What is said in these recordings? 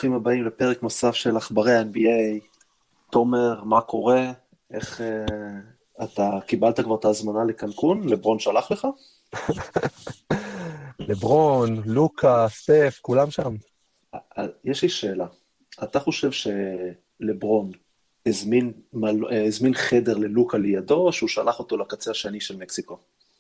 ברוכים הבאים לפרק נוסף של עכברי ה-NBA. תומר, מה קורה? איך אתה קיבלת כבר את ההזמנה לקנקון? לברון שלח לך? לברון, לוקה, סטף, כולם שם. יש לי שאלה. אתה חושב שלברון הזמין חדר ללוקה לידו, או שהוא שלח אותו לקצה השני של מקסיקו?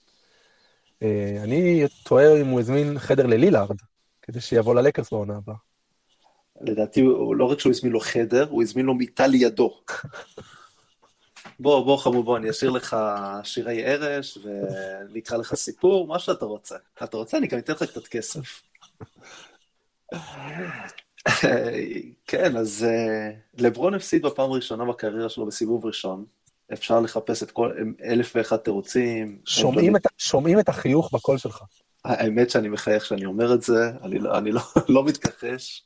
אני תוהה אם הוא הזמין חדר ללילארד, כדי שיבוא ללקרס בעונה הבאה. לדעתי, לא רק שהוא הזמין לו חדר, הוא הזמין לו מיטה לידו. בוא חמוד, בוא, אני אשאיר לך שירי ערש, ונקרא לך סיפור, מה שאתה רוצה. אתה רוצה? אני גם אתן לך קצת כסף. כן, אז לברון הפסיד בפעם הראשונה בקריירה שלו בסיבוב ראשון. אפשר לחפש את כל 1,001 תירוצים. שומעים את החיוך בקול שלך. האמת שאני מחייך שאני אומר את זה, אני לא מתכחש.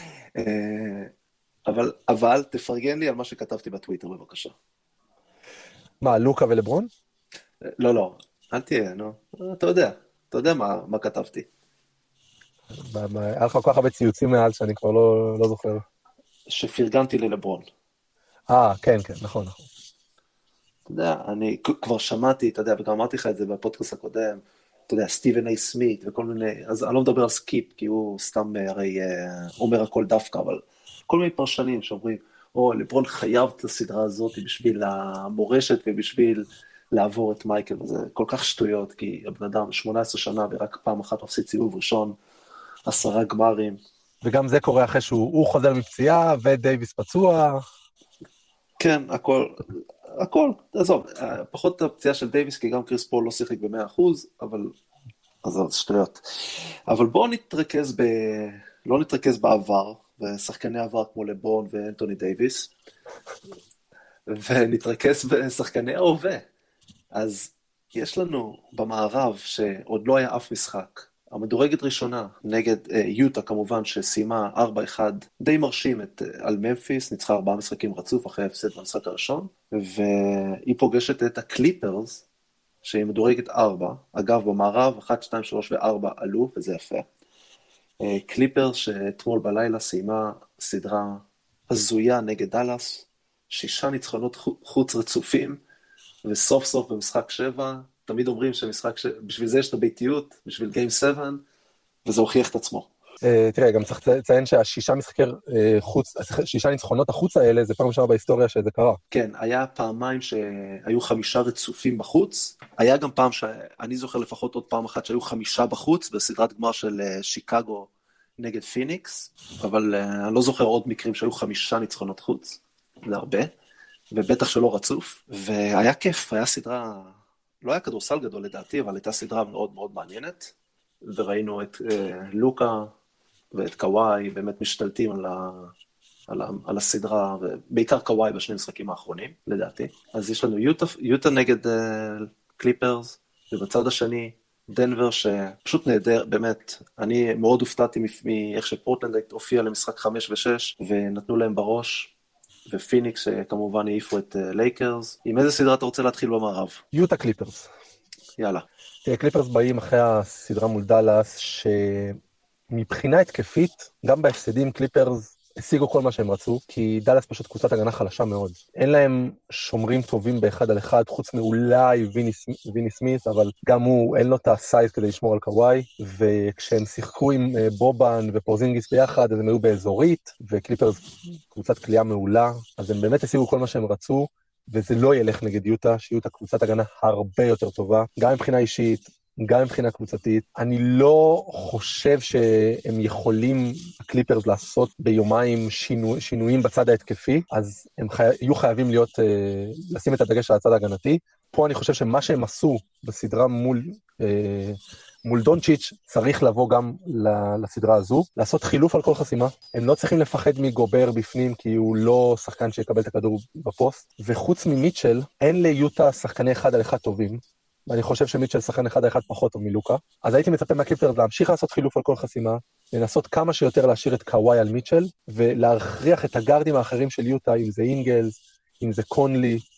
אבל תפרגן לי על מה שכתבתי בטוויטר, בבקשה. מה, לוקה ולברון? לא, אל תהיה, נו. אתה יודע מה כתבתי. היה לך כל כך הרבה ציוצים מעל שאני כבר לא זוכר. שפרגנתי ללברון. כן, נכון. אתה יודע, אני כבר שמעתי, אתה יודע, וגם אמרתי לך את זה בפודקאסט הקודם, אתה יודע, סטיבן איי סמית וכל מיני, אז אני לא מדבר על סקיפ, כי הוא סתם הרי אומר הכל דווקא, אבל כל מיני פרשנים שאומרים, לברון חייב את הסדרה הזאת בשביל המורשת ובשביל לעבור את מייקל, וזה כל כך שטויות, כי הבן אדם 18 שנה ורק פעם אחת מפסיד סיבוב ראשון, 10 גמרים. וגם זה קורה אחרי שהוא חוזר מפציעה, ודייביס פצוע. כן, הכל, עזוב, פחות הפציעה של דייביס, כי גם קריס פול לא שיחק ב100%, אבל, עזוב, זה שטויות. אבל בואו לא נתרכז בעבר, ושחקני עבר כמו לברון ואנטוני דייביס, ונתרכז בשחקני ההווה. אז יש לנו במערב שעוד לא היה אף משחק, המדורגת ראשונה נגד יוטה כמובן שסיימה 4-1, די מרשים על ממפיס, ניצחה 4 משחקים רצוף אחרי ההפסד במשחק הראשון, והיא פוגשת את הקליפרס, שהיא מדורגת 4, אגב במערב 1, 2, 3 ו4 עלו, וזה יפה. קליפרס שאתמול בלילה סיימה סדרה הזויה נגד דלס, 6 ניצחונות חוץ רצופים, וסוף סוף במשחק 7, תמיד אומרים בשביל זה יש את הביתיות, בשביל גיים 7, וזה הוכיח את עצמו. תראה, גם צריך לציין שהשישה ניצחונות החוץ האלה, זה פעם ראשונה בהיסטוריה שזה קרה. כן, היה פעמיים שהיו 5 רצופים בחוץ, היה גם פעם שאני זוכר לפחות עוד פעם אחת שהיו 5 בחוץ, בסדרת גמר של שיקגו נגד פיניקס, אבל אני לא זוכר עוד מקרים שהיו 5 ניצחונות חוץ, זה הרבה, ובטח שלא רצוף, והיה כיף, היה סדרה, לא היה כדורסל גדול לדעתי, אבל הייתה סדרה מאוד מאוד מעניינת, וראינו את לוקה ואת קוואי באמת משתלטים על הסדרה, ובעיקר קוואי בשני משחקים האחרונים, לדעתי. אז יש לנו יוטה נגד קליפרס, ובצד השני דנבר שפשוט נהדר, באמת, אני מאוד הופתעתי מאיך שפורטלנד הופיע למשחק 5 ו6, ונתנו להם בראש, ופיניקס שכמובן העיפו את לייקרס. עם איזה סדרה אתה רוצה להתחיל במערב? יוטה קליפרס. יאללה. קליפרס באים אחרי הסדרה מול דלס, שמבחינה התקפית, גם בהפסדים קליפרס השיגו כל מה שהם רצו, כי דלס פשוט קבוצת הגנה חלשה מאוד. אין להם שומרים טובים באחד על אחד, חוץ מאולי ויני סמית, אבל גם הוא, אין לו את הסייז כדי לשמור על קוואי, וכשהם שיחקו עם בובן ופורזינגיס ביחד, אז הם היו באזורית, וקליפרס קבוצת קליעה מעולה, אז הם באמת השיגו כל מה שהם רצו, וזה לא ילך נגד יוטה, שיוטה קבוצת הגנה הרבה יותר טובה, גם מבחינה אישית, גם מבחינה קבוצתית. אני לא חושב שהם יכולים, הקליפרס, לעשות ביומיים שינויים בצד ההתקפי, אז הם יהיו חייבים לשים את הדגש על הצד ההגנתי. פה אני חושב שמה שהם עשו בסדרה מול דונצ'יץ' צריך לבוא גם לסדרה הזו, לעשות חילוף על כל חסימה. הם לא צריכים לפחד מגובר בפנים, כי הוא לא שחקן שיקבל את הכדור בפוסט, וחוץ ממיטשל, אין ליוטה שחקני אחד על אחד טובים, ואני חושב שמיטשל שחקן אחד על אחד פחות טוב מלוקה, אז הייתי מצפה מהקליפרס להמשיך לעשות חילוף על כל חסימה, לנסות כמה שיותר להשאיר את קוואי על מיטשל, ולהכריח את הגארדים האחרים של יוטה, אם זה אינגלס, אם זה קונלי,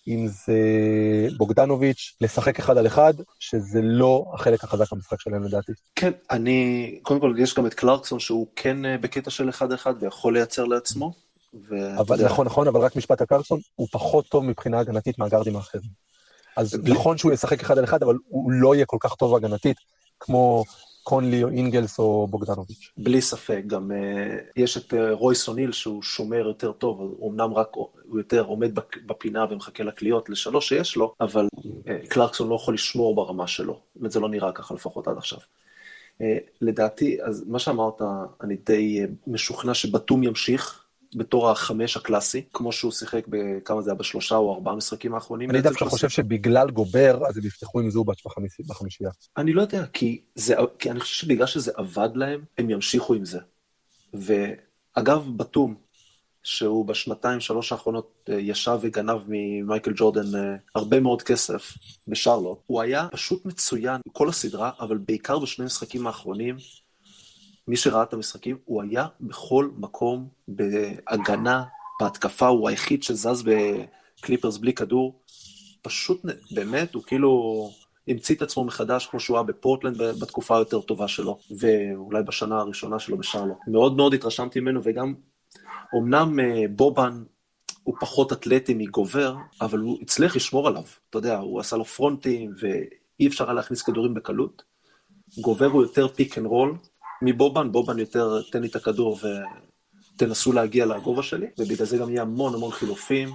אם זה בוגדנוביץ', לשחק אחד על אחד, שזה לא החלק החזק במשחק שלהם לדעתי. כן, קודם כל יש גם את קלרקסון שהוא כן בקטע של אחד אחד ויכול לייצר לעצמו. אבל נכון, אבל רק משפט על קלרקסון, הוא פחות טוב מבחינה הגנתית מהגארדים האחרים. אז נכון שהוא ישחק אחד על אחד, אבל הוא לא יהיה כל כך טוב הגנתית, כמו קונלי או אינגלס או בוגדנוביץ'. בלי ספק, גם יש את רויס אוניל שהוא שומר יותר טוב, הוא אמנם רק הוא יותר עומד בפינה ומחכה לקליות לשלוש שיש לו, אבל קלרקסון לא יכול לשמור ברמה שלו, זה לא נראה ככה לפחות עד עכשיו. לדעתי, אז מה שאמרת, אני די משוכנע שבתום ימשיך, בתור החמש הקלאסי, כמו שהוא שיחק בכמה זה היה בשלושה או ארבעה משחקים האחרונים. אני דווקא חושב שבגלל גובר, אז הם יפתחו עם זובץ' בחמישייה. אני לא יודע, כי אני חושב שבגלל שזה עבד להם, הם ימשיכו עם זה. ואגב, בתום, שהוא בשנתיים, שלוש האחרונות ישב וגנב ממייקל ג'ורדן הרבה מאוד כסף בשרלוט, הוא היה פשוט מצוין כל הסדרה, אבל בעיקר בשני משחקים האחרונים, מי שראה את המשחקים, הוא היה בכל מקום, בהגנה, בהתקפה, הוא היחיד שזז בקליפרס בלי כדור, פשוט באמת, הוא כאילו המציא את עצמו מחדש, כמו שהוא היה בפורטלנד בתקופה היותר טובה שלו, ואולי בשנה הראשונה שלו בשרלוט. מאוד מאוד התרשמתי ממנו, וגם, אמנם בובן הוא פחות אתלטי מגובר, אבל הוא הצליח לשמור עליו, אתה יודע, הוא עשה לו פרונטים, ואי אפשר היה להכניס כדורים בקלות. גובר הוא יותר פיק אנד רול, בובן יותר תן לי את הכדור ותנסו להגיע לגובה שלי, ובגלל זה גם יהיה המון המון חילופים,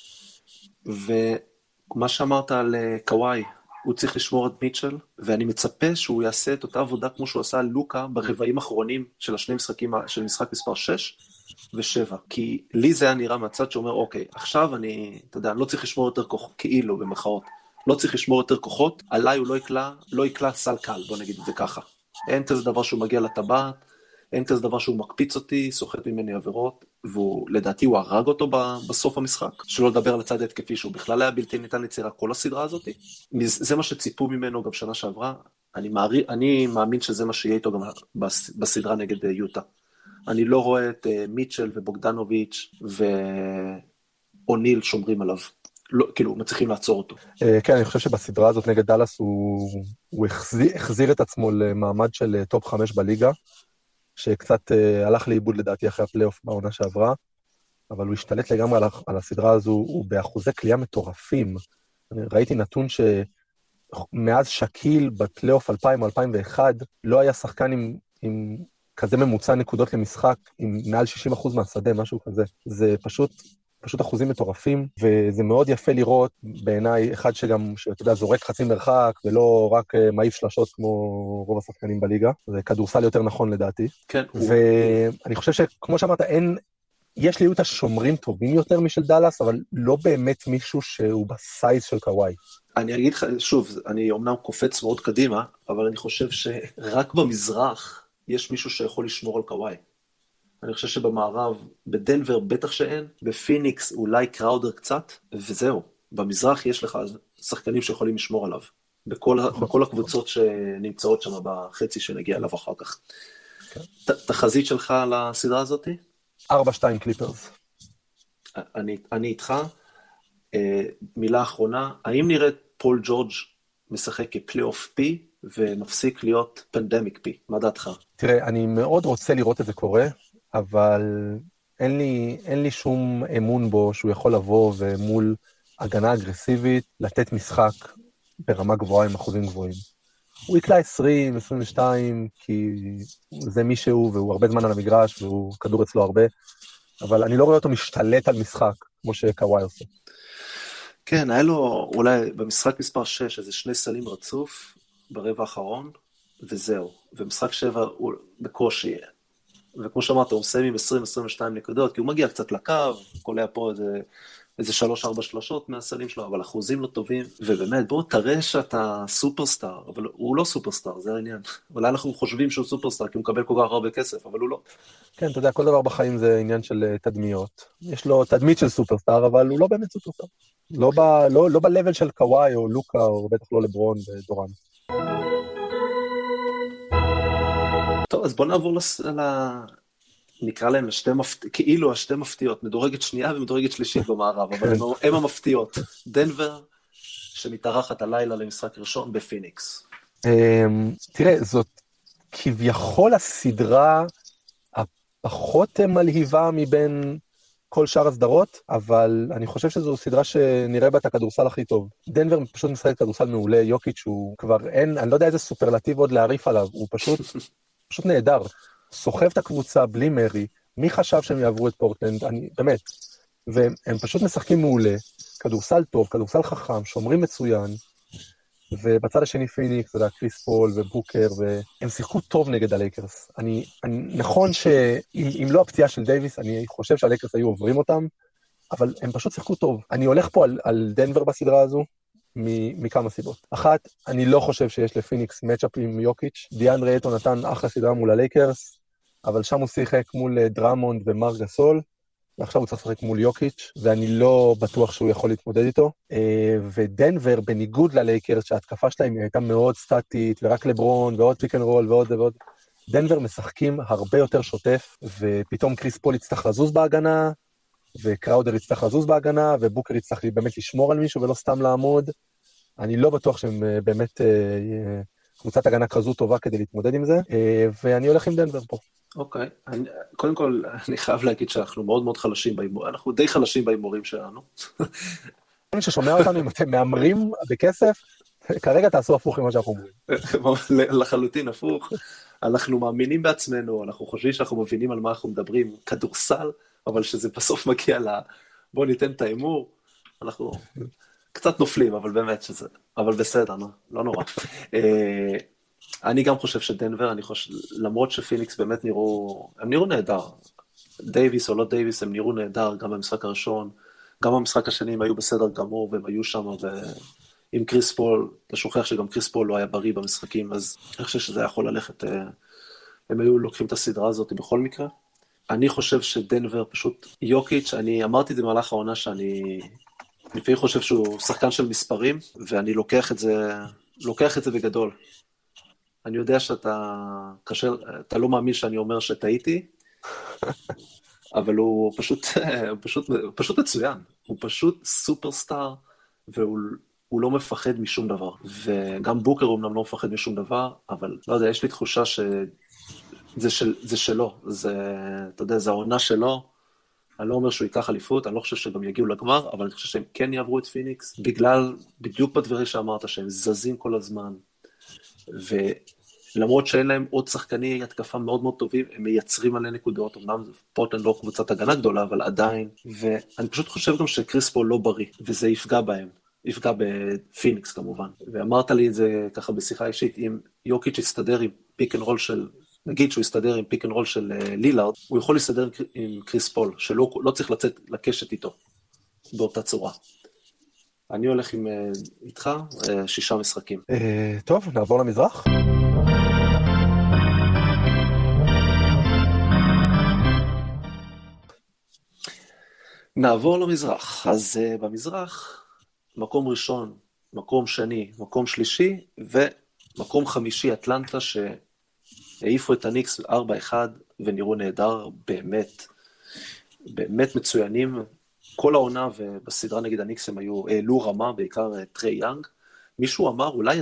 ומה שאמרת על קוואי, הוא צריך לשמור את מיטשל, ואני מצפה שהוא יעשה את אותה עבודה כמו שהוא עשה על לוקה ברבעים האחרונים של השני משחקים, של משחק מספר 6 ו7, כי לי זה היה נראה מהצד שאומר, אוקיי, עכשיו אתה יודע, אני לא צריך לשמור יותר כוחות, כאילו במחאות, לא צריך לשמור יותר כוחות, עליי הוא לא יקלה סל קל, בוא נגיד את זה ככה. אין כזה דבר שהוא מגיע לטבעת, אין כזה דבר שהוא מקפיץ אותי, סוחט ממני עבירות, ולדעתי הוא הרג אותו בסוף המשחק, שלא לדבר על הצד ההתקפי, שהוא בכלל היה בלתי ניתן ליצירה כל הסדרה הזאת. זה מה שציפו ממנו גם שנה שעברה, אני מאמין שזה מה שיהיה איתו גם בסדרה נגד יוטה. אני לא רואה את מיטשל ובוגדנוביץ' ואוניל שומרים עליו. לא, כאילו, מצליחים לעצור אותו. כן, אני חושב שבסדרה הזאת נגד דלס הוא החזיר את עצמו למעמד של טופ 5 בליגה, שקצת הלך לאיבוד לדעתי אחרי הפלייאוף בעונה שעברה, אבל הוא השתלט לגמרי על הסדרה הזו, הוא באחוזי קליעה מטורפים. אני ראיתי נתון שמאז שקיל בפלייאוף 2000 או 2001, לא היה שחקן עם כזה ממוצע נקודות למשחק, עם מעל 60% מהשדה, משהו כזה. זה פשוט אחוזים מטורפים, וזה מאוד יפה לראות בעיניי אחד שגם, שאתה יודע, זורק חצי מרחק, ולא רק מעיף שלשות כמו רוב השחקנים בליגה. זה כדורסל יותר נכון לדעתי. כן. ואני חושב שכמו שאמרת, יש לי את השומרים טובים יותר משל דלס, אבל לא באמת מישהו שהוא בסייז של קוואי. אני אגיד לך, שוב, אני אומנם קופץ מאוד קדימה, אבל אני חושב שרק במזרח יש מישהו שיכול לשמור על קוואי. אני חושב שבמערב, בדנבר בטח שאין, בפיניקס אולי קראודר קצת, וזהו. במזרח יש לך שחקנים שיכולים לשמור עליו, בכל הקבוצות שנמצאות שם בחצי שנגיע אליו אחר כך. תחזית שלך על הסדרה הזאת? 4-2 קליפרס. אני איתך. מילה אחרונה, האם נראה פול ג'ורג' משחק כפלייאוף פי, ומפסיק להיות פנדמיק פי? מה דעתך? תראה, אני מאוד רוצה לראות את זה קורה, אבל אין לי שום אמון בו שהוא יכול לבוא ומול הגנה אגרסיבית, לתת משחק ברמה גבוהה עם אחוזים גבוהים. הוא יקלה 20, 22, כי זה מישהו, והוא הרבה זמן על המגרש, והוא כדור אצלו הרבה, אבל אני לא רואה אותו משתלט על משחק, כמו שקוואי עושה. כן, היה לו אולי במשחק מספר 6, איזה 2 סלים רצוף, ברבע האחרון, וזהו. ומשחק 7 הוא בקושי, וכמו שאמרת, הוא מסיים עם 20-22 נקודות, כי הוא מגיע קצת לקו, קולע פה איזה 3-4 שלושות מהסלים שלו, אבל אחוזים לא טובים, ובאמת, בוא תראה שאתה סופרסטאר, אבל הוא לא סופרסטאר, זה העניין. אולי אנחנו חושבים שהוא סופרסטאר, כי הוא מקבל כל כך הרבה כסף, אבל הוא לא. כן, אתה יודע, כל דבר בחיים זה עניין של תדמיות. יש לו תדמית של סופרסטאר, אבל הוא לא באמת סופרסטאר. לא בלבל של קוואי או לוקה, או בטח לא לברון ודורן. טוב, אז בוא נעבור נקרא להם כאילו השתי מפתיעות, מדורגת שנייה ומדורגת שלישית במערב, אבל הם המפתיעות. דנבר, שמתארחת הלילה למשחק ראשון בפיניקס. תראה, זאת כביכול הסדרה הפחות מלהיבה מבין כל שאר הסדרות, אבל אני חושב שזו סדרה שנראה בה את הכדורסל הכי טוב. דנבר פשוט משחק כדורסל מעולה, יוקיץ' הוא כבר אין, אני לא יודע איזה סופרלטיב עוד להעריף עליו, הוא פשוט נהדר. סוחב את הקבוצה בלי מרי, מי חשב שהם יעברו את פורטלנד, באמת. והם פשוט משחקים מעולה, כדורסל טוב, כדורסל חכם, שומרים מצוין, ובצד השני פיניקס, זה קריס פול ובוקר, והם שיחקו טוב נגד הלייקרס. נכון שאם לא הפציעה של דייביס, אני חושב שהלייקרס היו עוברים אותם, אבל הם פשוט שיחקו טוב. אני הולך פה על דנבר בסדרה הזו, מכמה סיבות. אחת, אני לא חושב שיש לפיניקס מצ'אפ עם יוקיץ'. דיאנדרי אייטון נתן אחלה סדרה מול הלייקרס, אבל שם הוא שיחק מול דרמונד ומרק גסול, ועכשיו הוא צריך לשחק מול יוקיץ', ואני לא בטוח שהוא יכול להתמודד איתו. ודנבר, בניגוד ללייקרס, שההתקפה שלהם הייתה מאוד סטטית, ורק לברון, ועוד פיק אנד רול, ועוד, דנבר משחקים הרבה יותר שוטף, ופתאום קריס פול יצטרך לזוז בהגנה, וקראודר יצטרך לזוז בהגנה, ובוקר יצטרך באמת לשמור על מישהו ולא סתם לעמוד. אני לא בטוח שהם באמת קבוצת הגנה כזו טובה כדי להתמודד עם זה, ואני הולך עם דנבר פה. אוקיי, קודם כל אני חייב להגיד שאנחנו מאוד מאוד חלשים בהימורים, אנחנו די חלשים בהימורים שלנו. מי ששומע אותנו, אם אתם מאמרים בכסף, כרגע תעשו הפוך עם מה שאנחנו אומרים. לחלוטין הפוך, אנחנו מאמינים בעצמנו, אנחנו חושבים שאנחנו מבינים על מה אנחנו מדברים, כדורסל, אבל שזה בסוף מגיע בוא ניתן את האימור, אנחנו קצת נופלים, אבל באמת שזה, אבל בסדר, לא נורא. אני גם חושב שדנבר, למרות שפיניקס באמת הם נראו נהדר. דייביס או לא דייביס, הם נראו נהדר, גם במשחק הראשון, גם במשחק השני הם היו בסדר גמור, והם היו שם, ועם קריס פול, אתה שוכח שגם קריס פול לא היה בריא במשחקים, אז אני חושב שזה יכול ללכת, הם היו לוקחים את הסדרה הזאת בכל מקרה. אני חושב שדנבר פשוט, יוקיץ', אני אמרתי את זה במהלך העונה שאני לפעמים חושב שהוא שחקן של מספרים, ואני לוקח את זה בגדול. אני יודע אתה לא מאמין שאני אומר שטעיתי, אבל הוא פשוט מצוין. הוא פשוט סופרסטאר, והוא לא מפחד משום דבר. וגם בוקר הוא אמנם לא מפחד משום דבר, אבל לא יודע, יש לי תחושה שזה שלו. אתה יודע, זה העונה שלו. אני לא אומר שהוא ייקח אליפות, אני לא חושב שגם יגיעו לגמר, אבל אני חושב שהם כן יעברו את פיניקס, בדיוק בדברים שאמרת, שהם זזים כל הזמן. ולמרות שאין להם עוד שחקני התקפה מאוד מאוד טובים, הם מייצרים עלי נקודות, אמנם פורטלנד לא קבוצת הגנה גדולה, אבל עדיין, ואני פשוט חושב גם שקריס פול לא בריא, וזה יפגע בהם, יפגע בפיניקס כמובן, ואמרת לי את זה ככה בשיחה אישית, אם יוקיץ' יסתדר עם פיק אנד רול נגיד שהוא יסתדר עם פיק אנד רול של לילארד, הוא יכול להסתדר עם קריס פול, שלא צריך לצאת לקשת איתו, באותה צורה. אני הולך איתך 6 משחקים. טוב, נעבור למזרח. נעבור למזרח. אז במזרח, מקום ראשון, מקום שני, מקום שלישי, ומקום חמישי אטלנטה, שהעיפו את הניקס 4-1, ונראו נהדר, באמת מצוינים. כל העונה ובסדרה נגד הניקס הם העלו רמה, בעיקר טרי יאנג. מישהו אמר, אולי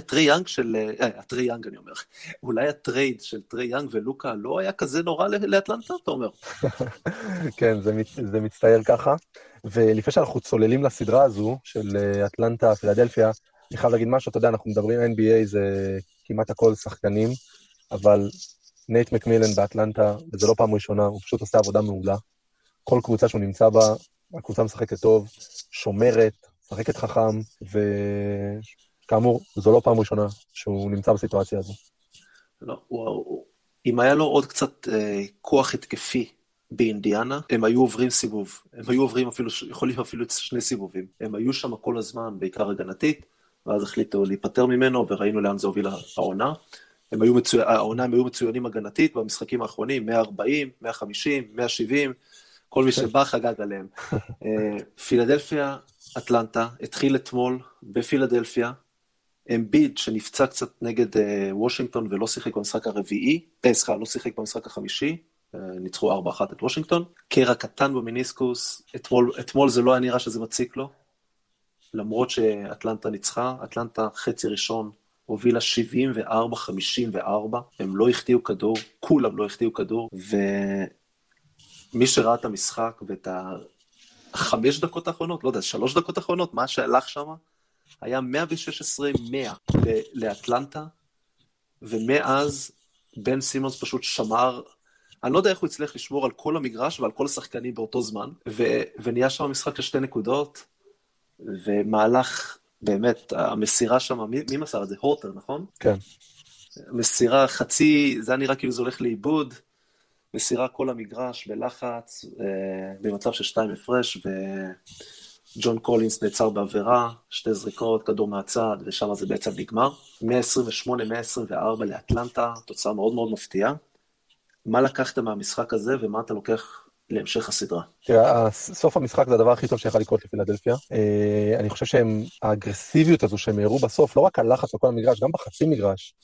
אולי הטרייד של טרי יאנג ולוקה לא היה כזה נורא לאטלנטה, אתה אומר? כן, זה מצטייר ככה. ולפני שאנחנו צוללים לסדרה הזו של אטלנטה, פילדלפיה, אני חייב להגיד משהו, אתה יודע, אנחנו מדברים NBA, זה כמעט הכל שחקנים, אבל נייט מקמילן באטלנטה, וזה לא פעם ראשונה, הוא פשוט עושה עבודה מעולה. כל קבוצה שהוא נמצא בה, הקבוצה משחקת טוב, שומרת, משחקת חכם, וכאמור, זו לא פעם ראשונה שהוא נמצא בסיטואציה הזו. לא, אם היה לו עוד קצת כוח התקפי באינדיאנה, הם היו עוברים סיבוב. הם היו עוברים יכולים אפילו 2 סיבובים. הם היו שם כל הזמן, בעיקר הגנתית, ואז החליטו להיפטר ממנו, וראינו לאן זה הוביל העונה. העונה הם היו מצוינים הגנתית במשחקים האחרונים, 140, 150, 170, כל מי שבא חגג עליהם. פילדלפיה, אטלנטה, התחיל אתמול בפילדלפיה, אמביד שנפצע קצת נגד וושינגטון ולא שיחק במשחק הרביעי, לא שיחק במשחק החמישי, ניצחו 4-1 את וושינגטון. קרע קטן במיניסקוס, אתמול זה לא היה נראה שזה מציק לו, למרות שאטלנטה ניצחה, אטלנטה חצי ראשון הובילה 74-54, הם לא החטיאו כדור, כולם לא החטיאו כדור, ומי שראה את המשחק ואת 5 דקות האחרונות, לא יודע, 3 דקות האחרונות, מה שהלך שם, היה 116-100 לאטלנטה, ומאז בן סימונס פשוט שמר, אני לא יודע איך הוא הצליח לשמור על כל המגרש ועל כל השחקנים באותו זמן, ונהיה שם משחק ל2 נקודות, ומהלך, באמת, המסירה שם, מי מסר את זה? הורטר, נכון? כן. מסירה חצי, זה נראה כאילו זה הולך לאיבוד, מסירה כל המגרש בלחץ, במצב של 2 הפרש, וג'ון קולינס נעצר בעבירה, 2 זריקות, כדור מהצד, ושם זה בעצם נגמר. 128-124 לאטלנטה, תוצאה מאוד מאוד מפתיעה. מה לקחת מהמשחק הזה, ומה אתה לוקח להמשך הסדרה? תראה, סוף המשחק זה הדבר הכי טוב שיכול לקרות לפילדלפיה. אני חושב שהאגרסיביות הזו שהם הראו בסוף, לא רק הלחץ בכל המגרש, גם בחצי מגרש,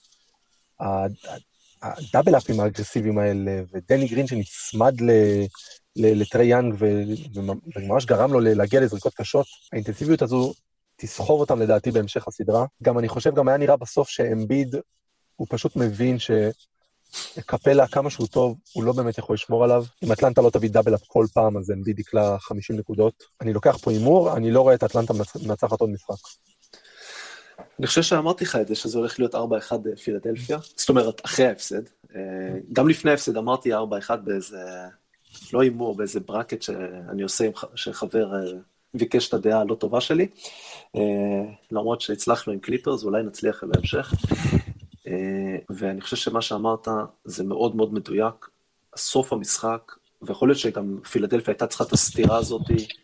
הדאבל-אפים האגרסיביים האלה, ודני גרין שנצמד לטרי יאנג, וממש גרם לו להגיע לזריקות קשות, האינטנסיביות הזו תסחוב אותם לדעתי בהמשך הסדרה. גם אני חושב, גם היה נראה בסוף שאמביד, הוא פשוט מבין קפלה, כמה שהוא טוב, הוא לא באמת יכול לשמור עליו. אם אטלנטה לא תביא דאבל אפ כל פעם, אז אמביד יקלה 50 נקודות. אני לוקח פה אימור, אני לא רואה את אטלנטה מנצחת עוד משחק. אני חושב שאמרתי לך את זה, שזה הולך להיות 4-1 פילדלפיה. זאת אומרת, אחרי ההפסד. גם לפני ההפסד אמרתי 4-1 באיזה, לא אימור, באיזה ברקט שאני עושה, שחבר ביקש את הדעה הלא טובה שלי. למרות שהצלחנו עם קליפרס, אולי נצליח בהמשך. ואני חושב שמה שאמרת זה מאוד מאוד מדויק, סוף המשחק, ויכול להיות שגם פילדלפיה הייתה צריכה את הסתירה הזאת,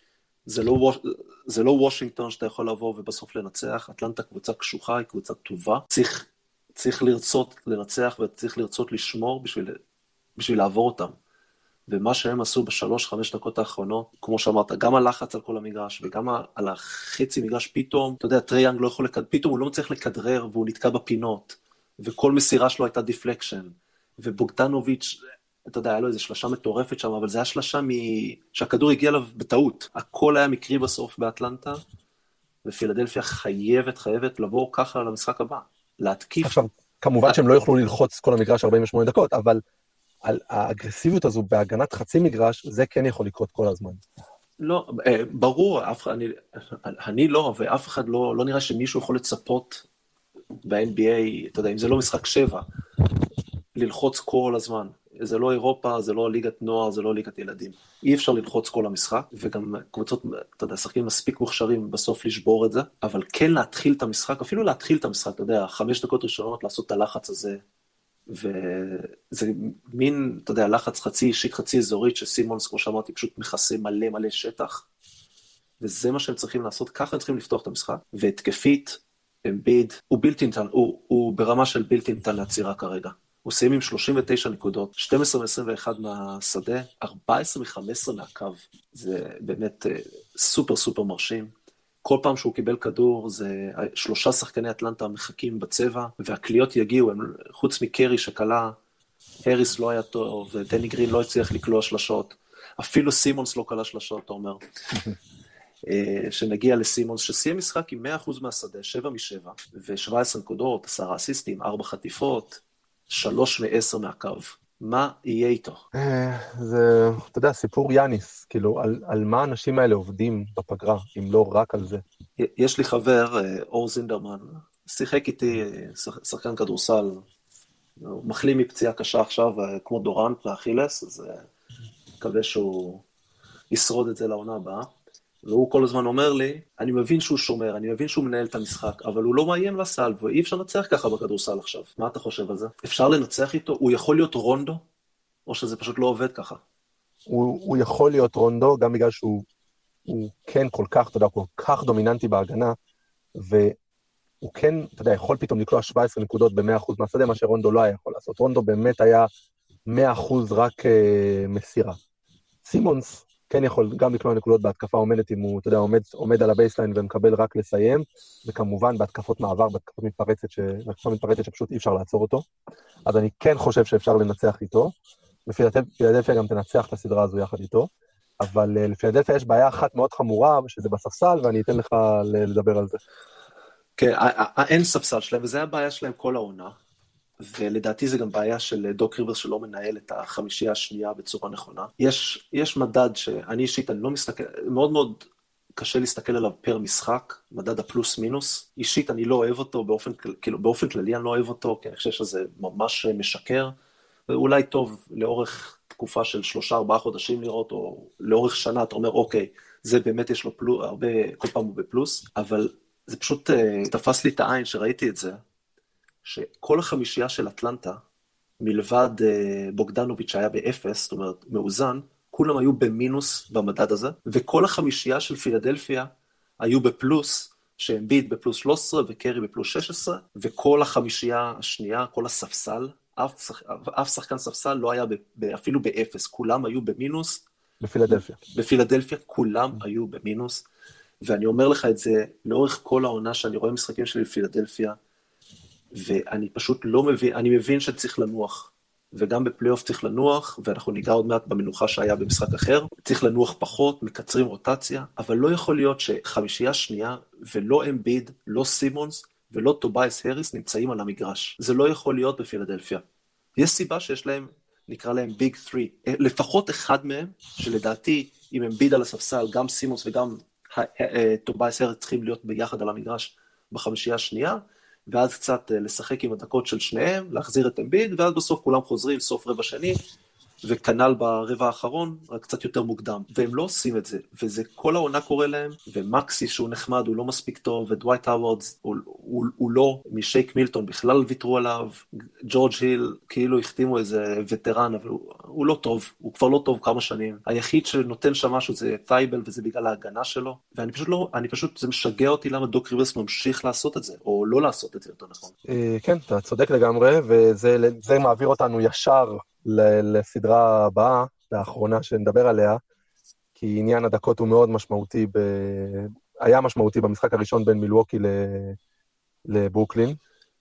זה לא וושינגטון שאתה יכול לבוא ובסוף לנצח, אטלנטה קבוצה קשוחה, היא קבוצה טובה, צריך לרצות לנצח וצריך לרצות לשמור בשביל לעבור אותם, ומה שהם עשו ב3-5 דקות האחרונות, כמו שאמרת, גם הלחץ על כל המגרש, וגם על החצי מגרש פתאום, אתה יודע, טרי יאנג לא יכול פתאום הוא לא מצליח לכדרר, והוא נתקע בפינות, וכל מסירה שלו הייתה דיפלקשן, ובוגדנוביץ', אתה יודע, היה לו איזו שלשה מטורפת שם, אבל זה היה שלשה שהכדור הגיע אליו בטעות. הכל היה מקרי בסוף באטלנטה, ופילדלפיה חייבת לבוא ככה למשחק הבא, להתקיף. עכשיו, כמובן שהם לא יוכלו ללחוץ כל המגרש 48 דקות, אבל האגרסיביות הזו בהגנת חצי מגרש, זה כן יכול לקרות כל הזמן. לא, ברור, אני לא, ואף אחד לא נראה שמישהו יכול לצפות ב-NBA, אתה יודע, אם זה לא משחק 7, ללחוץ כל הזמן. זה לא אירופה, זה לא ליגת נוער, זה לא ליגת ילדים. אי אפשר ללחוץ כל המשחק, וגם קבוצות, אתה יודע, שחקים מספיק מוכשרים בסוף לשבור את זה, אבל כן להתחיל את המשחק, אפילו להתחיל את המשחק, אתה יודע, 5 דקות ראשונות לעשות את הלחץ הזה, וזה מין, אתה יודע, לחץ חצי אישית, חצי אזורית, שסימונס, כמו שאמרתי, פשוט מכסה מלא שטח, וזה מה שהם צריכים לעשות, ככה הם צריכים לפתוח את המשחק, והתקפית, אמביד, הוא ברמה של בלתי ניתן להצירה כרגע. הוא סיים עם 39 נקודות, 12-21 מהשדה, 14-15 מהקו. זה באמת סופר מרשים. כל פעם שהוא קיבל כדור, זה 3 שחקני אטלנטה מחכים בצבע, והקליות יגיעו, חוץ מקרי שקלה, הריס לא היה טוב, ודני גרין לא הצליח לקלוע שלשות, אפילו סימונס לא קלה שלשות, אתה אומר. שנגיע לסימונס, שסיים משחק עם 100% מהשדה, 7 מ-7, ו-17 נקודות, 10 אסיסטים, 4 חטיפות, 3 מ-10 מהקו. מה יהיה איתו? זה, אתה יודע, סיפור יאניס, כאילו, על מה האנשים האלה עובדים בפגרה, אם לא רק על זה. יש לי חבר, אור זינדרמן, שיחק איתי, שחקן כדורסל, הוא מחלים מפציעה קשה עכשיו, כמו דורנט לאכילס, אז מקווה שהוא ישרוד את זה לעונה הבאה. והוא כל הזמן אומר לי, אני מבין שהוא שומר, אני מבין שהוא מנהל את המשחק, אבל הוא לא מאיים לסל, ואי אפשר לנצח ככה בכדורסל עכשיו. מה אתה חושב על זה? אפשר לנצח איתו? הוא יכול להיות רונדו? או שזה פשוט לא עובד ככה? הוא יכול להיות רונדו, גם בגלל שהוא כן כל כך, אתה יודע, כל כך דומיננטי בהגנה, והוא כן, אתה יודע, יכול פתאום לקלוע 17 נקודות ב-100% מהשדה, מה שרונדו לא היה יכול לעשות. רונדו באמת היה 100% רק מסירה. סימונס, כן יכול גם לקלוע נקודות בהתקפה עומדת, אם הוא, אתה יודע, עומד על הבייסליין ומקבל רק לסיים, וכמובן בהתקפות מעבר, בהתקפות מתפרצת שפשוט אי אפשר לעצור אותו. אז אני כן חושב שאפשר לנצח איתו. ופילדלפיה גם תנצח את הסדרה הזו יחד איתו, אבל לפילדלפיה יש בעיה אחת מאוד חמורה, שזה בספסל, ואני אתן לך לדבר על זה. כן, אין ספסל שלהם, וזה הבעיה שלהם כל העונה, ולדעתי זה גם בעיה של דוק ריברס שלא מנהל את החמישייה השנייה בצורה נכונה. יש מדד שאני אישית, אני לא מסתכל, מאוד מאוד קשה להסתכל עליו פר משחק, מדד הפלוס מינוס. אישית אני לא אוהב אותו, באופן כללי אני לא אוהב אותו, כי אני חושב שזה ממש משקר, ואולי טוב לאורך תקופה של 3-4 חודשים לראות, או לאורך שנה אתה אומר, אוקיי, זה באמת יש לו פלוס, הרבה, כל פעם הוא בפלוס, אבל זה פשוט תפס לי את העין שראיתי את זה, שכל החמישייה של אטלנטה, מלבד בוגדנוביץ' שהיה באפס, זאת אומרת מאוזן, כולם היו במינוס במדד הזה, וכל החמישייה של פילדלפיה היו בפלוס, שאמביד בפלוס 13 וקרי בפלוס 16, וכל החמישייה השנייה, כל הספסל, אף שחקן ספסל לא היה אפילו באפס, כולם היו במינוס. בפילדלפיה כולם היו במינוס, ואני אומר לך את זה לאורך כל העונה שאני רואה משחקים שלי בפילדלפיה, ואני פשוט לא מבין, אני מבין שצריך לנוח, וגם בפלייאוף צריך לנוח, ואנחנו ניגע עוד מעט במנוחה שהיה במשחק אחר, צריך לנוח פחות, מקצרים רוטציה, אבל לא יכול להיות שחמישייה שנייה, ולא אמביד, לא סימונס, ולא טובייס הריס נמצאים על המגרש. זה לא יכול להיות בפילדלפיה. יש סיבה שיש להם, נקרא להם ביג 3, לפחות אחד מהם, שלדעתי, אם אמביד על הספסל, גם סימונס וגם טובייס הריס צריכים להיות ביחד על המגרש בחמישייה השנייה, ואז קצת לשחק עם הדקות של שניהם, להחזיר את אמביד, ואז בסוף כולם חוזרים, סוף רבע שני, וכנל ברבע האחרון, רק קצת יותר מוקדם. והם לא עושים את זה, וזה כל העונה קורה להם, ומקסי שהוא נחמד, הוא לא מספיק טוב, ודווייט האווארדס, הוא לא, משייק מילטון בכלל ויתרו עליו, ג'ורג' היל, כאילו החתימו איזה וטרן, אבל הוא לא טוב, הוא כבר לא טוב כמה שנים. היחיד שנותן שם משהו זה טייבל, וזה בגלל ההגנה שלו, ואני פשוט לא, זה משגע אותי למה דוק ריברס ממשיך לעשות את זה, או לא לעשות את זה יותר נכון. כן, אתה צודק לגמרי, וזה מעביר אותנו ישר לסדרה הבאה, לאחרונה שנדבר עליה, כי עניין הדקות הוא מאוד משמעותי, היה משמעותי במשחק הראשון בין מילווקי לברוקלין.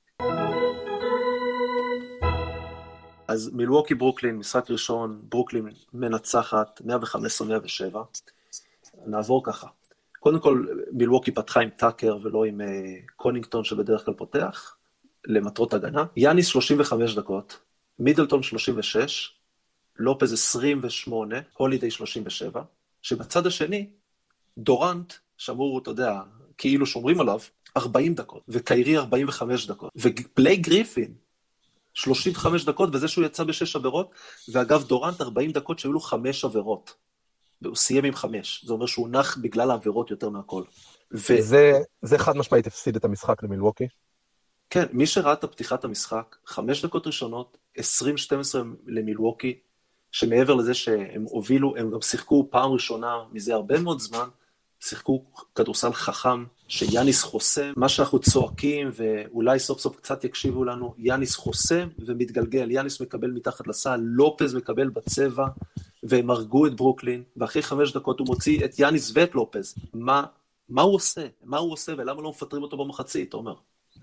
אז מילווקי ברוקלין, משחק ראשון, ברוקלין מנצחת 115-107. נעבור ככה. קודם כל, מילווקי פתחה עם טאקר ולא עם קונינגטון שבדרך כלל פותח, למטרות הגנה. יאניס 35 דקות. מידלטון 36, לופז 28, הולידיי 37, שבצד השני, דורנט, שמור, אתה יודע, כאילו שומרים עליו, 40 דקות, וקיירי 45 דקות, ובלי גריפין, 35 דקות, וזה שהוא יצא ב6 עבירות, ואגב דורנט 40 דקות שהיו לו 5 עבירות, והוא סיים עם 5, זה אומר שהוא נח בגלל העבירות יותר מהכל. זה חד משמעית הפסיד את המשחק למילווקי. כן, מי שראה את פתיחת המשחק, 5 דקות ראשונות, 20-12 למילווקי, שמעבר לזה שהם הובילו, הם גם שיחקו פעם ראשונה מזה הרבה מאוד זמן, שיחקו כדורסל חכם, שיאניס חוסם, מה שאנחנו צועקים, ואולי סוף סוף קצת יקשיבו לנו, יאניס חוסם ומתגלגל, יאניס מקבל מתחת לסל, לופז מקבל בצבע, והם הרגו את ברוקלין, ואחרי 5 דקות הוא מוציא את יאניס ואת לופז. מה הוא עושה? מה הוא עושה, ולמה לא מפטרים אותו במחצית, תומר?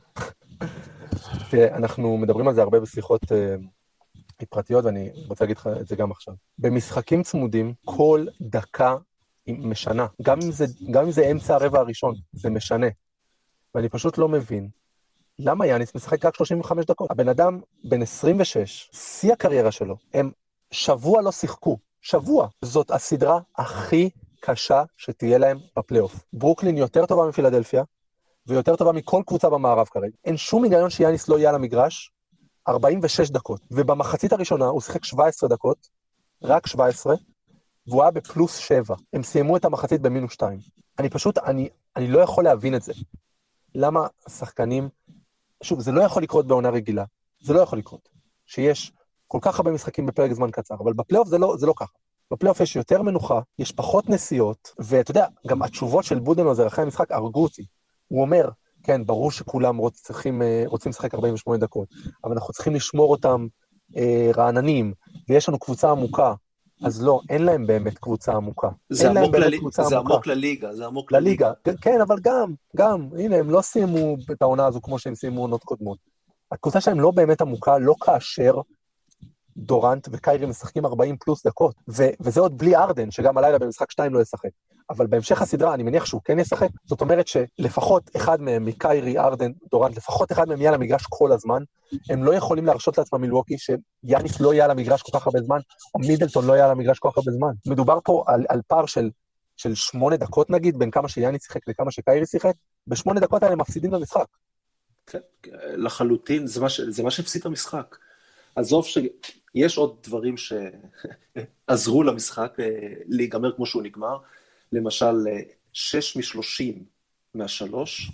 אנחנו מדברים על זה הרבה בשיחות פרטיות, ואני רוצה להגיד לך את זה גם עכשיו. במשחקים צמודים, כל דקה משנה. גם אם זה אמצע הרבע הראשון, זה משנה. ואני פשוט לא מבין. למה יאניס משחק רק 35 דקות? הבן אדם בן 26, שיא הקריירה שלו, הם שבוע לא שיחקו. שבוע. זאת הסדרה הכי קשה שתהיה להם בפלייאוף. ברוקלין יותר טובה מפילדלפיה, ויותר טובה מכל קבוצה במערב כרגע. אין שום היגיון שיאניס לא יהיה על המגרש 46 דקות. ובמחצית הראשונה הוא שיחק 17 דקות, רק 17, והוא היה בפלוס 7. הם סיימו את המחצית במינוס 2. אני לא יכול להבין את זה. למה השחקנים, שוב, זה לא יכול לקרות בעונה רגילה. זה לא יכול לקרות. שיש כל כך הרבה משחקים בפרק זמן קצר, אבל בפלייאוף זה לא ככה. בפלייאוף יש יותר מנוחה, יש פחות נסיעות, ואתה יודע, גם התשובות של בודנהאוזר אחרי המשחק הרגו אותי. הוא אומר, כן, ברור שכולם רוצים לשחק 48 דקות, אבל אנחנו צריכים לשמור אותם רעננים, ויש לנו קבוצה עמוקה. אז לא, אין להם באמת קבוצה עמוקה. זה עמוק לליגה, זה עמוק לליגה. כן, אבל גם, הנה, הם לא סיימו את העונה הזו כמו שהם סיימו עונות קודמות. הקבוצה שלהם לא באמת עמוקה, לא כאשר דורנט וקיירי משחקים 40 פלוס דקות, וזה עוד בלי ארדן, שגם הלילה במשחק 2 לא ישחק. אבל בהמשך הסדרה אני מניח שהוא כן ישחק, זאת אומרת שלפחות אחד מהם, מקיירי, ארדן, דורנט, לפחות אחד מהם יהיה על המגרש כל הזמן, הם לא יכולים להרשות לעצמם מילווקי שיאניס לא יהיה על המגרש כל כך הרבה זמן, או מידלטון לא יהיה על המגרש כל כך הרבה זמן. מדובר פה על פער של 8 דקות נגיד, בין כמה שיאניס שיחק לכמה שקיירי שיחק, ב8 דקות האלה מפסידים במשחק. כן, לחלוטין, זה מה שהפסיד המשחק. עזוב שיש עוד דברים שעזרו למשחק להיגמר כמו שהוא נגמר, למשל 6 מ-30 מה-3,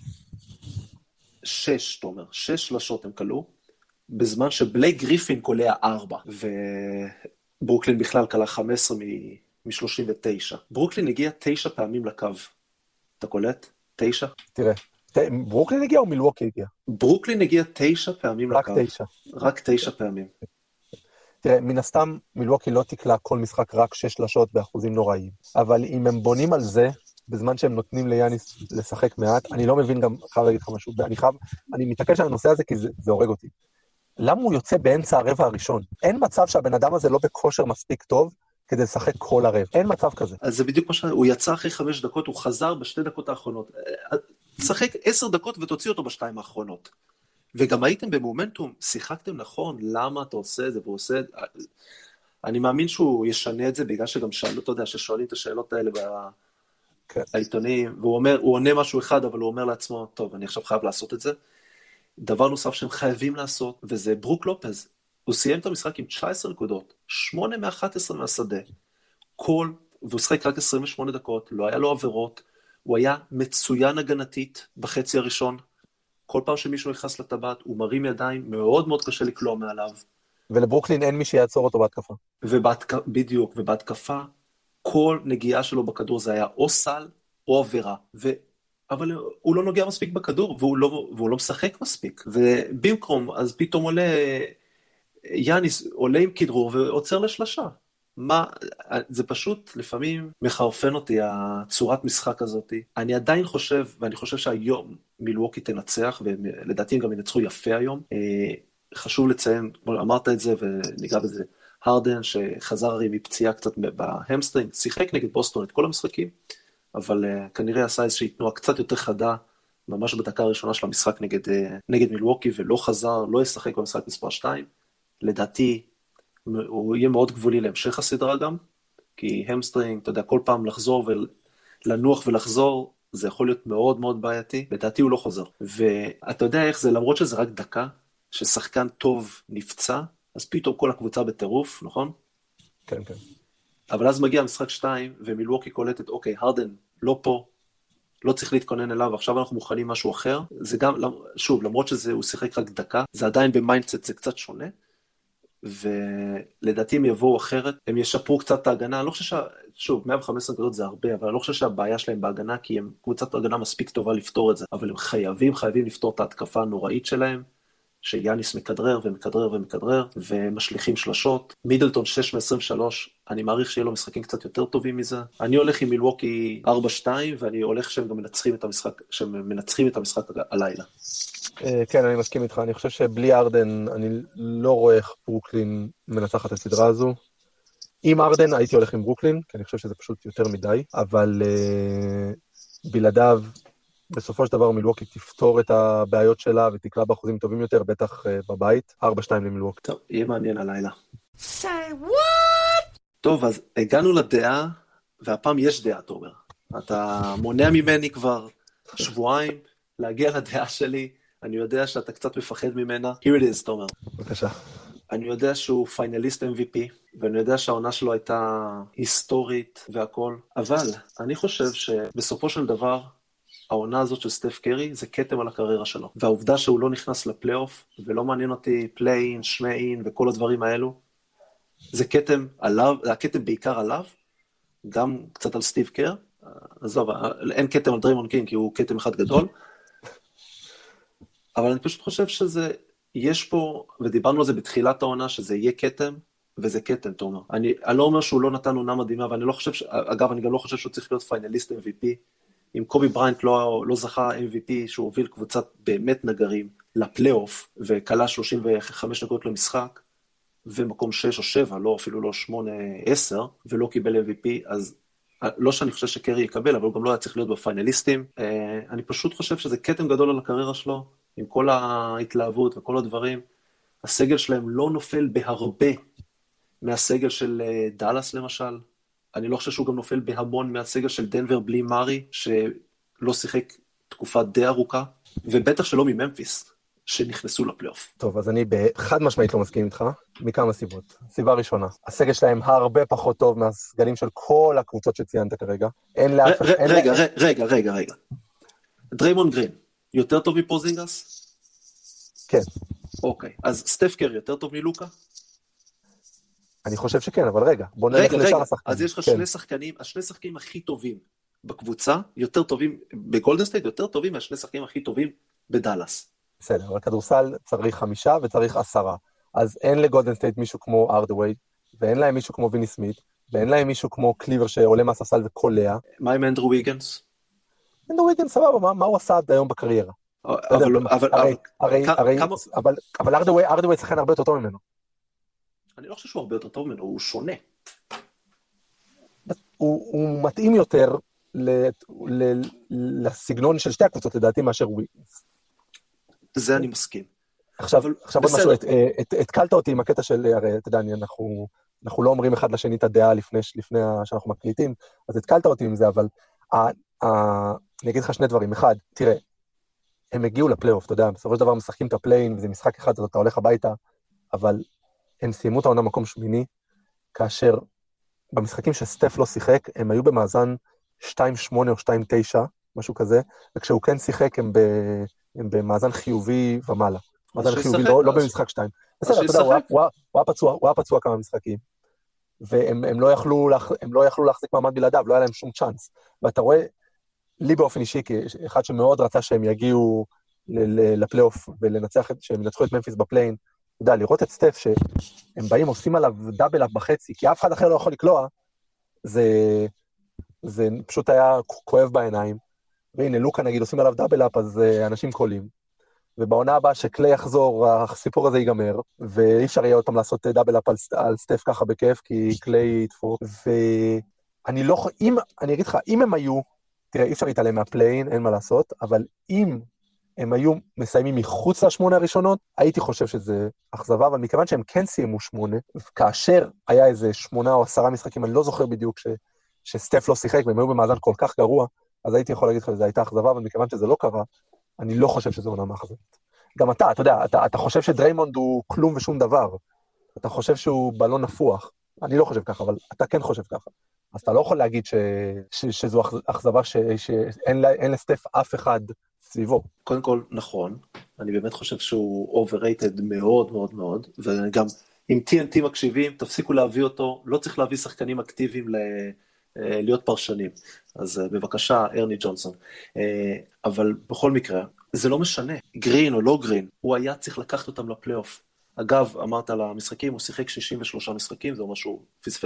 6, תומר, 6 שלשות הם קלו, בזמן שבלייק גריפין קולע 4, וברוקלין בכלל קלה 15 מ-39. ברוקלין הגיע 9 פעמים לקו. אתה קולט? 9? תראה, ברוקלין הגיע או מילווקי הגיע? ברוקלין הגיע 9 פעמים לקו. רק 9. רק 9 פעמים. תראה, מן הסתם מילווקי לא תקלה כל משחק רק 6 שלשות באחוזים נוראיים. אבל אם הם בונים על זה, בזמן שהם נותנים ליאניס לשחק מעט, אני לא מבין גם, חייב להגיד לך משהו, אני מתעקש על הנושא הזה כי זה הורג אותי. למה הוא יוצא באמצע הרבע הראשון? אין מצב שהבן אדם הזה לא בכושר מספיק טוב, כדי לשחק כל הרבע. אין מצב כזה. אז זה בדיוק מה הוא יצא אחרי 5 דקות, הוא חזר ב2 דקות האחרונות. שחק 10 דקות ותוציא אותו ב2 האחרונות. וגם הייתם במומנטום, שיחקתם נכון, למה אתה עושה את זה, והוא עושה את זה. אני מאמין שהוא ישנה את זה, בגלל שגם שאלו, אתה יודע, ששואלים את השאלות האלה בעיתונים, והוא עונה משהו אחד, אבל הוא אומר לעצמו, טוב, אני עכשיו חייב לעשות את זה. דבר נוסף שהם חייבים לעשות, וזה ברוק לופז. הוא סיים את המשחק עם 19 נקודות, 8 מ-11 מהשדה, והוא שחק רק 28 דקות, לא היה לו עבירות, הוא היה מצוין הגנתית בחצי הראשון, כל פעם שמישהו נכנס לטבעת, הוא מרים ידיים, מאוד מאוד קשה לקלוע מעליו. ולברוקלין אין מי שיעצור אותו בהתקפה. בדיוק, ובהתקפה, כל נגיעה שלו בכדור זה היה או סל או עבירה, אבל הוא לא נוגע מספיק בכדור, והוא לא משחק מספיק, ובמקום, אז פתאום יאניס עולה עם כדרור ועוצר לשלשה. זה פשוט לפעמים מחרפן אותי, הצורת משחק הזאת. אני עדיין חושב, ואני חושב שהיום מילווקי תנצח, ולדעתי הם גם ינצחו יפה היום. חשוב לציין, אמרת את זה וניגע בזה, הרדן שחזר הרי מפציעה קצת בהמסטרינג, שיחק נגד בוסטון את כל המשחקים, אבל כנראה עשה איזושהי תנועה קצת יותר חדה, ממש בדקה הראשונה של המשחק נגד מילווקי, ולא חזר, לא ישחק במשחק מספר 2. לדעתי, הוא יהיה מאוד גבולי להמשך הסדרה גם, כי המסטרינג, אתה יודע, כל פעם לחזור ולנוח ולחזור, זה יכול להיות מאוד מאוד בעייתי, לדעתי הוא לא חוזר. ואתה יודע איך זה, למרות שזה רק דקה, ששחקן טוב נפצע, אז פתאום כל הקבוצה בטירוף, נכון? כן, כן. אבל אז מגיע משחק 2, ומילווקי קולטת, אוקיי, הרדן לא פה, לא צריך להתכונן אליו, עכשיו אנחנו מוכנים משהו אחר. זה גם, שוב, למרות שהוא שיחק רק דקה, זה עדיין במיינדסט, זה קצת שונה, ולדעתי הם יבואו אחרת, הם ישפרו קצת את ההגנה, אני לא חושב שוב, 115 נקודות זה הרבה, אבל אני לא חושב שהבעיה שלהם בהגנה, כי הם קבוצת הגנה מספיק טובה לפתור את זה, אבל הם חייבים לפתור את ההתקפה הנוראית שלהם, שיאניס מכדרר ומכדרר ומכדרר, ומשליחים שלשות. מידלטון 6 מ-23, אני מעריך שיהיה לו משחקים קצת יותר טובים מזה. אני הולך עם מילווקי 4-2, ואני הולך שהם גם מנצחים את המשחק הלילה. כן, אני מסכים איתך. אני חושב שבלי ארדן, אני לא רואה איך ברוקלין מנצחת את הסדרה הזו. עם ארדן הייתי הולך עם ברוקלין, כי אני חושב שזה פשוט יותר מדי, אבל בלעדיו, בסופו של דבר מילווקי תפתור את הבעיות שלה ותקלה באחוזים טובים יותר, בטח בבית. 4-2 למילווקי. טוב, יהיה מעניין הלילה. Say what? טוב, אז הגענו לדעה, והפעם יש דעה, תומר. אתה מונע ממני כבר שבועיים להגיע לדעה שלי. אני יודע שאתה קצת מפחד ממנה. Here it is, תומר. בבקשה. אני יודע שהוא פיינליסט MVP, ואני יודע שהעונה שלו הייתה היסטורית והכל, אבל אני חושב שבסופו של דבר, העונה הזאת של סטף קרי זה כתם על הקריירה שלו. והעובדה שהוא לא נכנס לפלייאוף, ולא מעניין אותי פליין, שמיין וכל הדברים האלו, זה כתם עליו, זה הכתם בעיקר עליו, גם קצת על סטיב קר, עזוב, אין כתם על דריימון קין, כי הוא כתם אחד גדול, אבל אני פשוט חושב שזה, יש פה, ודיברנו על זה בתחילת העונה, שזה יהיה כתם, וזה כתם, תומר. אני לא אומר שהוא לא נתן עונה מדהימה, ואני לא חושב, אגב, אני גם לא חושב שהוא צריך להיות פיינליסט MVP, אם קובי בריינט לא זכה MVP, שהוא הוביל קבוצת באמת נגרים לפלייאוף, וקלה 35 נקודות למשחק, ומקום 6 או 7, לא, אפילו לא 8, 10, ולא קיבל MVP, אז לא שאני חושב שקרי יקבל, אבל הוא גם לא היה צריך להיות בפיינליסטים. אני פשוט חושב שזה קטם גדול על הקריירה שלו, עם כל ההתלהבות וכל הדברים. הסגל שלהם לא נופל בהרבה מהסגל של דלס למשל. אני לא חושב שהוא גם נופל בהמון מהסגל של דנבר בלי מארי, שלא שיחק תקופה די ארוכה, ובטח שלא מממפיס, שנכנסו לפלייאוף. טוב, אז אני בחד משמעית לא מסכים איתך, מכמה סיבות. סיבה ראשונה, הסגל שלהם הרבה פחות טוב מהסגלים של כל הקבוצות שציינת כרגע. רגע. דריימונד גרין, יותר טוב מפוזינגס? כן. אוקיי, אז סטף קרי יותר טוב מלוקה? אני חושב שכן, אבל רגע, בוא נלך לשאר השחקנים. אז יש לך שני שחקנים, השני שחקנים הכי טובים בקבוצה, יותר טובים בגולדן סטייט, יותר טובים מהשני שחקנים הכי טובים בדלס. בסדר, אבל כדורסל צריך 5 וצריך 10. אז אין לגולדן סטייט מישהו כמו ארדווי, ואין להם מישהו כמו ויני סמית, ואין להם מישהו כמו קליבר שעולה מהספסל וקולע. מה עם אנדרו ויגנס? אנדרו ויגנס, סבבה, מה הוא עשה עד היום בקריירה? אבל ארדווי שחקן הרבה יותר טוב ממנו. אני לא חושב שהוא הרבה יותר טוב ממנו, הוא שונה. הוא מתאים יותר לסגנון של שתי הקבוצות, לדעתי, מאשר ויגנס. זה אני מסכים. עכשיו עוד משהו, התקלת אותי עם הקטע של, הרי אתה יודע, אנחנו לא אומרים אחד לשני את הדעה לפני שאנחנו מקליטים, אז התקלת אותי עם זה, אבל אני אגיד לך שני דברים. אחד, תראה, הם הגיעו לפלייאוף, אתה יודע, בסופו של דבר משחקים את הפליין, וזה משחק אחד, אז אתה הולך הביתה, אבל הם סיימו את העונה מקום שמיני, כאשר במשחקים שסטף לא שיחק, הם היו במאזן 2-8 או 2-9, משהו כזה, וכשהוא כן שיחק, הם במאזן חיובי ומעלה. מאזן חיובי, לא במשחק 2. בסדר, אתה יודע, הוא היה פצוע כמה משחקים, והם לא יכלו להחזיק מעמד בלעדיו, לא היה להם שום צ'אנס. ואתה רואה, לי באופן אישי, כאחד שמאוד רצה שהם יגיעו לפלייאוף, ולנצח, שהם ינצחו את ממפיס בפליין, אתה יודע, לראות את סטף שהם באים, עושים עליו דאבל אפ בחצי, כי אף אחד אחר לא יכול לקלוע, זה פשוט היה כואב בעיניים. והנה, לוקה נגיד, עושים עליו דאבל אפ, אז אנשים קולים. ובעונה הבאה שקלי יחזור, הסיפור הזה ייגמר, ואי אפשר יהיה אותם לעשות דאבל אפ על סטף ככה בכיף, כי קלי יתפור. ואני לא, אני אגיד לך, אם הם היו, תראה, אי אפשר להתעלם מהפליין, אין מה לעשות, אבל אם הם היו מסיימים מחוץ ל8 הראשונות, הייתי חושב שזה אכזבה, אבל מכיוון שהם כן סיימו 8, כאשר היה איזה 8 או 10 משחקים, אני לא זוכר בדיוק שסטף לא שיחק, והם היו במאזן כל כך גרוע, אז הייתי יכול להגיד לך שזה הייתה אכזבה, אבל מכיוון שזה לא קרה, אני לא חושב שזה עונה מאכזבת. גם אתה יודע, אתה חושב שדריימונד הוא כלום ושום דבר, אתה חושב שהוא בלון נפוח, אני לא חושב ככה, אבל אתה כן חושב ככה. אז אתה לא יכול להגיד שזו אכזבה שאין לסטף אף אחד סביבו. קודם כל, נכון, אני באמת חושב שהוא overrated מאוד מאוד מאוד, וגם אם TNT מקשיבים, תפסיקו להביא אותו, לא צריך להביא שחקנים אקטיביים להיות פרשנים, אז בבקשה, ארני ג'ונסון. אבל בכל מקרה, זה לא משנה, גרין או לא גרין, הוא היה צריך לקחת אותם לפלייאוף. אגב, אמרת על המשחקים, הוא שיחק 63 משחקים, זה אומר שהוא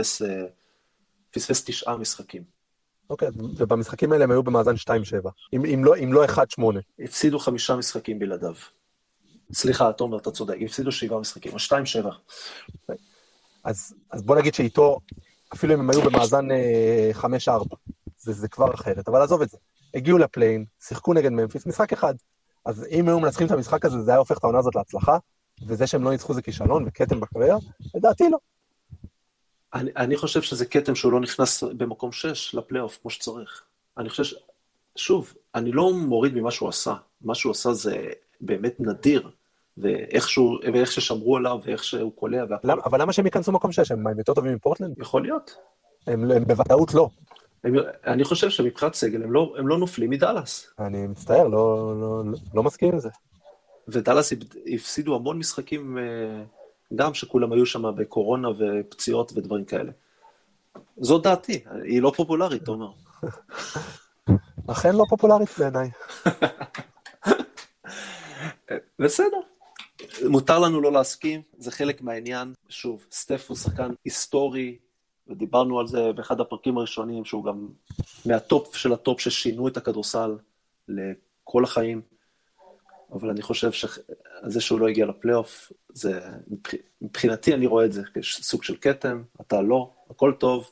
פספס 9 משחקים. אוקיי, ובמשחקים האלה הם היו במאזן 2-7, אם לא 1-8. הפסידו 5 משחקים בלעדיו. סליחה, תומר, אתה צודק, הפסידו 7 משחקים, 2-7. אז בוא נגיד שאיתו, אפילו אם הם היו במאזן 5-4, זה כבר אחרת, אבל עזוב את זה. הגיעו לפליין, שיחקו נגד ממפיס, משחק אחד. אז אם היו מנצחים את המשחק הזה, זה היה הופך את העונה הזאת להצלחה, וזה שהם לא ניצחו זה כישלון וקטם בקריירה, לדעתי לא. אני חושב שזה קטם שהוא לא נכנס במקום 6 לפלייאוף כמו שצריך. אני חושב שוב, אני לא מוריד ממה שהוא עשה. מה שהוא עשה זה באמת נדיר, ואיך ששמרו עליו, ואיך שהוא קולע. אבל למה שהם ייכנסו מקום 6? הם יותר טובים מפורטלנד? יכול להיות. הם בוודאות לא. אני חושב שמבחינת סגל הם לא נופלים מדלס. אני מצטער, לא מסכים עם זה. ודלס הפסידו המון משחקים, גם שכולם היו שם בקורונה ופציעות ודברים כאלה. זו דעתי, היא לא פופולרית, תומר. אכן לא פופולרית בעיניי. בסדר. מותר לנו לא להסכים, זה חלק מהעניין. שוב, סטף הוא שחקן היסטורי, ודיברנו על זה באחד הפרקים הראשונים, שהוא גם מהטופ של הטופ ששינו את הכדורסל לכל החיים. אבל אני חושב שזה שהוא לא הגיע לפלייאוף, זה מבחינתי אני רואה את זה כסוג של קטם, אתה לא, הכל טוב.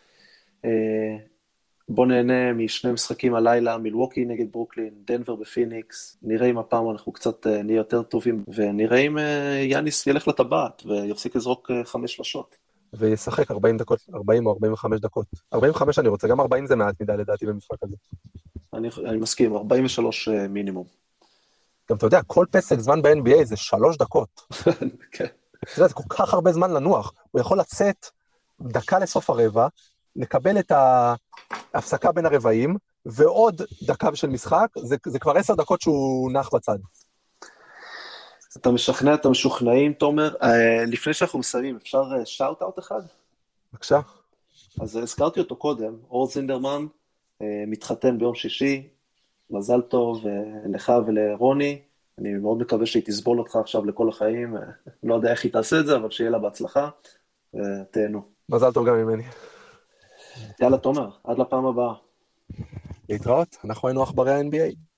בוא נהנה משני משחקים הלילה, מילווקי נגד ברוקלין, דנבר בפיניקס, נראה אם הפעם אנחנו קצת נהיה יותר טובים, ונראה אם יאניס ילך לטבעת ויפסיק לזרוק 5 שלשות. וישחק 40 דקות, 40 או 45 דקות. 45 אני רוצה, גם 40 זה מעט מדי לדעתי במשחק הזה. אני מסכים, 43 מינימום. גם אתה יודע, כל פסק זמן ב-NBA זה 3 דקות. כן. אתה יודע, זה כל כך הרבה זמן לנוח. הוא יכול לצאת דקה לסוף הרבע, לקבל את ההפסקה בין הרבעים, ועוד דקה של משחק, זה כבר 10 דקות שהוא נח בצד. אתה משכנע את המשוכנעים, תומר. לפני שאנחנו מסיימים, אפשר שאוט-אוט אחד? בבקשה. אז הזכרתי אותו קודם, אור זינדרמן, מתחתן ביום שישי, מזל טוב לך ולרוני, אני מאוד מקווה שהיא תסבול אותך עכשיו לכל החיים, לא יודע איך היא תעשה את זה, אבל שיהיה לה בהצלחה, ותהנו. מזל טוב גם ממני. יאללה תומר, עד לפעם הבאה. להתראות, אנחנו היינו עכברי ה-NBA.